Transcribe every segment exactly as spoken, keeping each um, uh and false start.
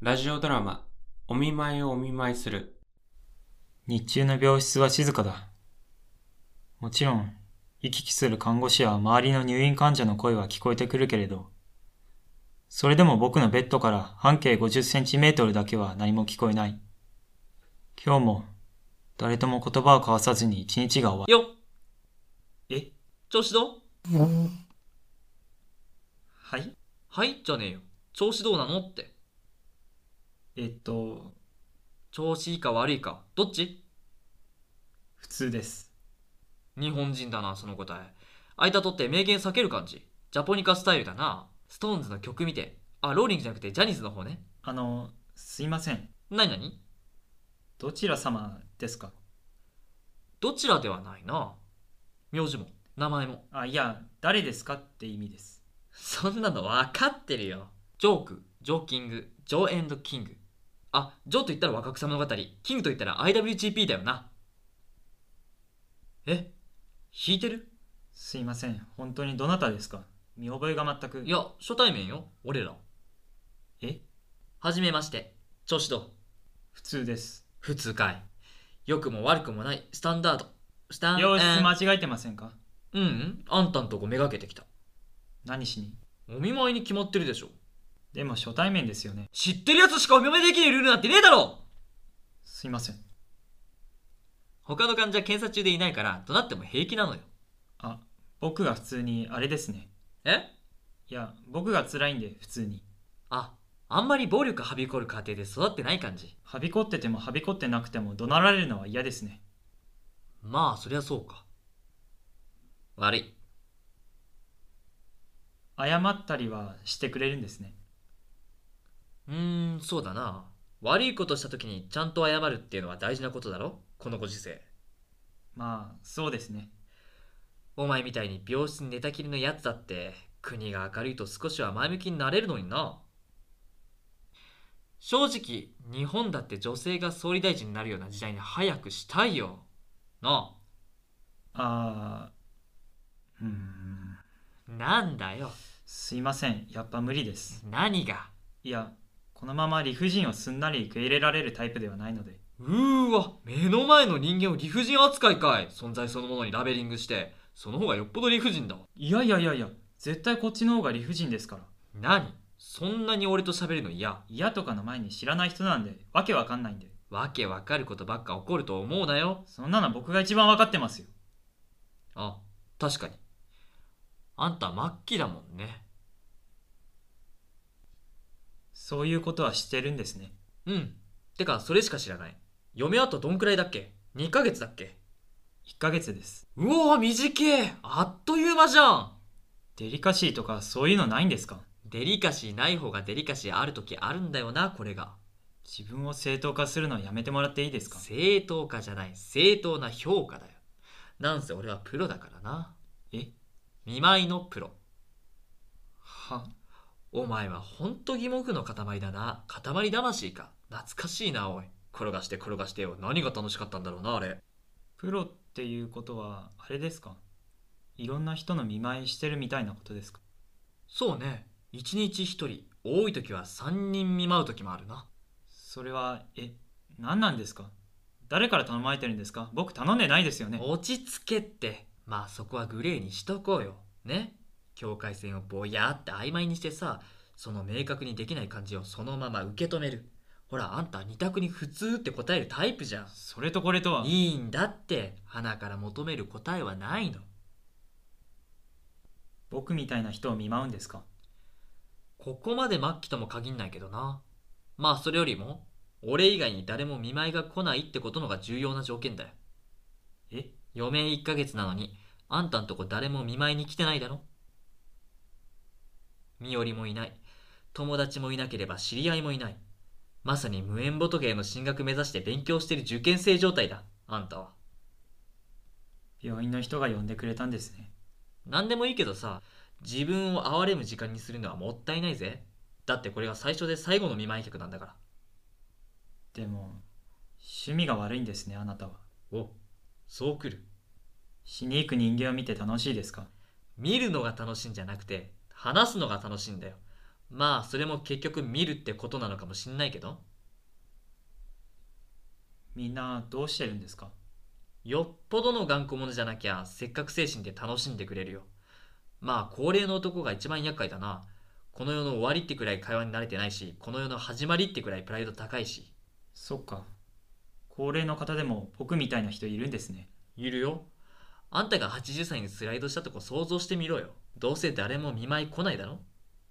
ラジオドラマ、お見舞いをお見舞いする。 日中の病室は静かだ。もちろん、行き来する看護師や周りの入院患者の声は聞こえてくるけれど、それでも僕のベッドから半径ごじゅっセンチメートルだけは何も聞こえない。今日も、誰とも言葉を交わさずに一日が終わる。 よっえ調子どうはいはいじゃねえよ。調子どうなのって。 えっと、 調子いいか悪いか、どっち？ 普通です。 日本人だな、その答え。相手とって名言避ける感じ。ジャポニカスタイルだな。ストーンズの曲見て。あ、ローリングじゃなくてジャニーズの方ね。 あの、すいません。 なになに？ どちら様ですか？ どちらではないな。名字も名前も。 あ、いや、誰ですかって意味です。 そんなの分かってるよ。ジョーク、ジョーキング、ジョーエンドキング。あ、ジョーと言ったら若草物語、キングと言ったら アイダブリュージーピー だよな。え、弾いてる？ すいません。本当にどなたですか？見覚えが全く。 いや、初対面よ、俺ら。 えはじめまして。調子どう？ 普通です。 普通かい。良くも悪くもないスタンダード。スタン病室えー間違えてませんか？ うんうん、あんたんとこめがけてきた。 何しに？ お見舞いに決まってるでしょ。 でも初対面ですよね。 知ってるやつしかお見舞いできないルールなんてねえだろ。 すいません。 他の患者検査中でいないから怒鳴っても平気なのよ。 あ、僕が普通にあれですね。 え？ いや、僕が辛いんで普通に。 あ、あんまり暴力はびこる家庭で育ってない感じ。 はびこっててもはびこってなくても怒鳴られるのは嫌ですね。 まあそりゃそうか。悪い。 謝ったりはしてくれるんですね。 うーん、そうだな。悪いことした時にちゃんと謝るっていうのは大事なことだろ、このご時世。 まあ、そうですね。 お前みたいに病室に寝たきりのやつだって国が明るいと少しは前向きになれるのにな。正直日本だって女性が総理大臣になるような時代に早くしたいよな。 あー、うーん。 あ、なんだよ。 すいません。やっぱ無理です。 何が？ いや、このまま理不尽をすんなり受け入れられるタイプではないので。 うーわ、目の前の人間を理不尽扱いかい。存在そのものにラベリングして、その方がよっぽど理不尽だわ。 いやいやいやいや、絶対こっちの方が理不尽ですから。 何？そんなに俺と喋るの嫌？ 嫌とかの前に知らない人なんで、わけわかんないんで。 わけわかることばっか起こると思うなよ。 そんなの僕が一番わかってますよ。 あ、確かに。あんた末期だもんね。 そういうことは知ってるんですね。 うん。てか、それしか知らない。嫁あとどんくらいだっけ？ に ヶ月だっけ？ いっかげつです。 うおー、短え。あっという間じゃん。 デリカシーとかそういうのないんですか？ デリカシーない方がデリカシーあるときあるんだよな、これが。 自分を正当化するのはやめてもらっていいですか？ 正当化じゃない、正当な評価だよ。なんせ俺はプロだからな。 え見舞いのプロ。 は、 お前はほんと疑問符の塊だな。塊魂か。懐かしいな、おい。転がして転がしてよ。何が楽しかったんだろうな、あれ。 プロっていうことはあれですか？いろんな人の見舞いしてるみたいなことですか？ そうね。一日一人、多い時は三人見舞う時もあるな。 それは、え、何なんですか？誰から頼まれてるんですか？僕頼んでないですよね。 落ち着けって。まあそこはグレーにしとこうよ。ね。境界線をぼやーって曖昧にしてさ、その明確にできない感じをそのまま受け止める。ほら、あんた二択に普通って答えるタイプじゃん。 それとこれとは。 いいんだって。花から求める答えはないの。 僕みたいな人を見舞うんですか？ ここまで末期とも限んないけどな。まあそれよりも、俺以外に誰も見舞いが来ないってことのが重要な条件だよ。 え余命いっかげつなのに、あんたんとこ誰も見舞いに来てないだろ。身寄りもいない。友達もいなければ知り合いもいない。まさに無縁仏への進学目指して勉強してる受験生状態だ、あんたは。 病院の人が呼んでくれたんですね。 なんでもいいけどさ、自分を憐れむ時間にするのはもったいないぜ。だってこれが最初で最後の見舞い客なんだから。 でも、趣味が悪いんですね、あなたは。 お、そうくる。 死に行く人間を見て楽しいですか？ 見るのが楽しいんじゃなくて、話すのが楽しいんだよ。 まあそれも結局見るってことなのかもしんないけど。 みんなどうしてるんですか？ よっぽどの頑固者じゃなきゃせっかく精神で楽しんでくれるよ。まあ高齢の男が一番厄介だな。この世の終わりってくらい会話に慣れてないし、この世の始まりってくらいプライド高いし。 そっか。高齢の方でも僕みたいな人いるんですね。 いるよ。あんたがはちじゅっさいにスライドしたとこ想像してみろよ。どうせ誰も見舞い来ないだろ。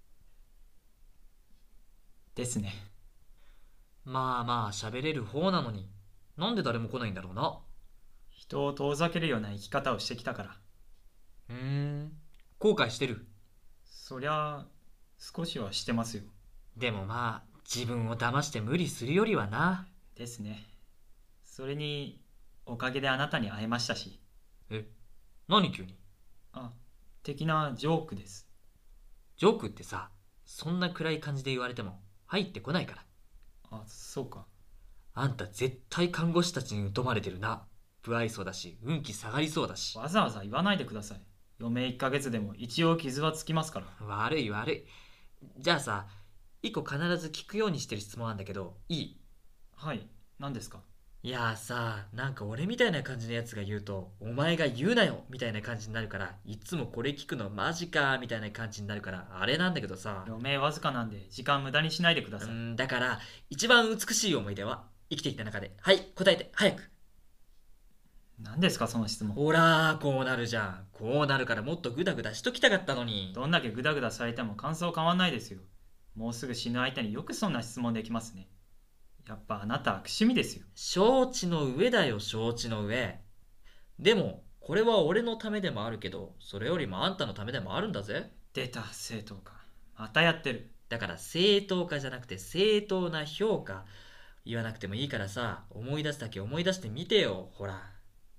ですね。 まあまあ喋れる方なのに、なんで誰も来ないんだろうな。 人を遠ざけるような生き方をしてきたから。 うーん、後悔してる。 そりゃ少しはしてますよ。 でもまあ自分を騙して無理するよりはな。 ですね。それにおかげであなたに会えましたし。 え、何急に？ あ、的なジョークです。 ジョークってさ、そんな暗い感じで言われても入ってこないから。 あ、そうか。 あんた絶対看護師たちに疎まれてるな。不愛想だし運気下がりそうだし。 わざわざ言わないでください。余命いっかげつでも一応傷はつきますから。 悪い悪い。じゃあさ、一個必ず聞くようにしてる質問なんだけどいい？ はい、何ですか？ いやーさ、なんか俺みたいな感じのやつが言うとお前が言うなよみたいな感じになるから、いつもこれ聞くのマジかみたいな感じになるからあれなんだけどさ。 余命わずかなんで時間無駄にしないでください。 うーんだから一番美しい思い出は生きてきた中で、はい答えて早く。 何ですかその質問。 ほらーこうなるじゃん。こうなるからもっとグダグダしときたかったのに。 どんだけグダグダされても感想変わんないですよ。もうすぐ死ぬ相手によくそんな質問できますね。やっぱあなた悪趣味ですよ。 承知の上だよ承知の上。でもこれは俺のためでもあるけど、それよりもあんたのためでもあるんだぜ。 出た正当化。またやってる。 だから正当化じゃなくて正当な評価。言わなくてもいいからさ、思い出すだけ思い出してみてよ。ほら。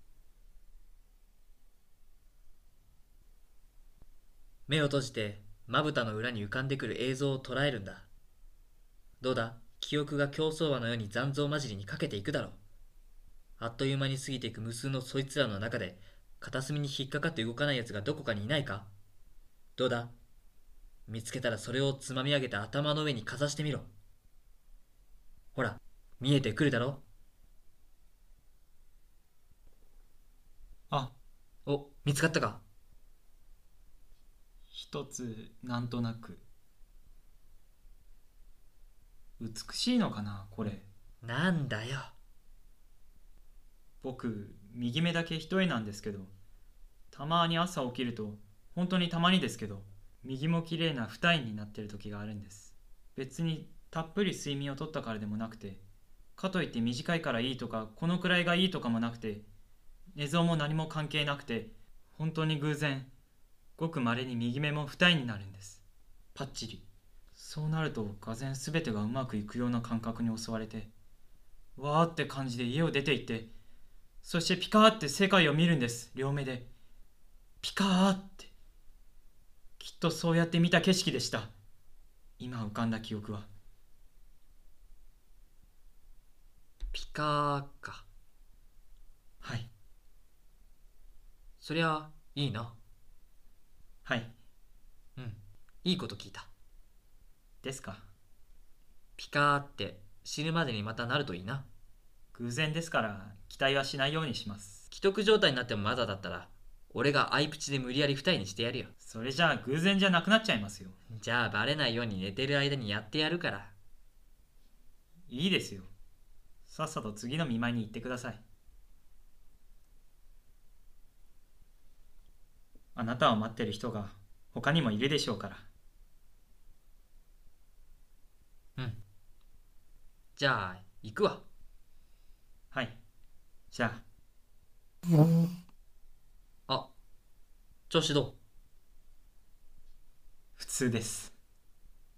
目を閉じてまぶたの裏に浮かんでくる映像を捉えるんだ。どうだ、記憶が競走馬のように残像混じりにかけていくだろう。あっという間に過ぎていく無数のそいつらの中で、片隅に引っかかって動かない奴がどこかにいないか？どうだ、見つけたらそれをつまみ上げて頭の上にかざしてみろ。ほら、見えてくるだろ。 あ、 お、見つかったか？ 一つなんとなく。美しいのかなこれ。 なんだよ。 僕右目だけ一重なんですけど、たまに朝起きると、本当にたまにですけど、右も綺麗な二重になってる時があるんです。別にたっぷり睡眠をとったからでもなくて、かといって短いからいいとかこのくらいがいいとかもなくて、寝相も何も関係なくて、本当に偶然ごく稀に右目も二重になるんです。パッチリ。そうなるとがぜん全てがうまくいくような感覚に襲われて、わーって感じで家を出て行って、そしてピカーって世界を見るんです。両目でピカーって。きっとそうやって見た景色でした。今浮かんだ記憶は。 ピカーか。 はい。 そりゃいいな。 はい。 うん、いいこと聞いた。 ですか。 ピカーって死ぬまでにまたなるといいな。 偶然ですから期待はしないようにします。 既得状態になってもまだだったら、俺がアイプチで無理やり二重にしてやるよ。 それじゃあ偶然じゃなくなっちゃいますよ。 じゃあバレないように寝てる間にやってやるから。 いいですよ。さっさと次の見舞いに行ってください。あなたを待ってる人が他にもいるでしょうから。 うん。じゃあ行くわ。 はい。じゃあ、調子どう？ あ普通です。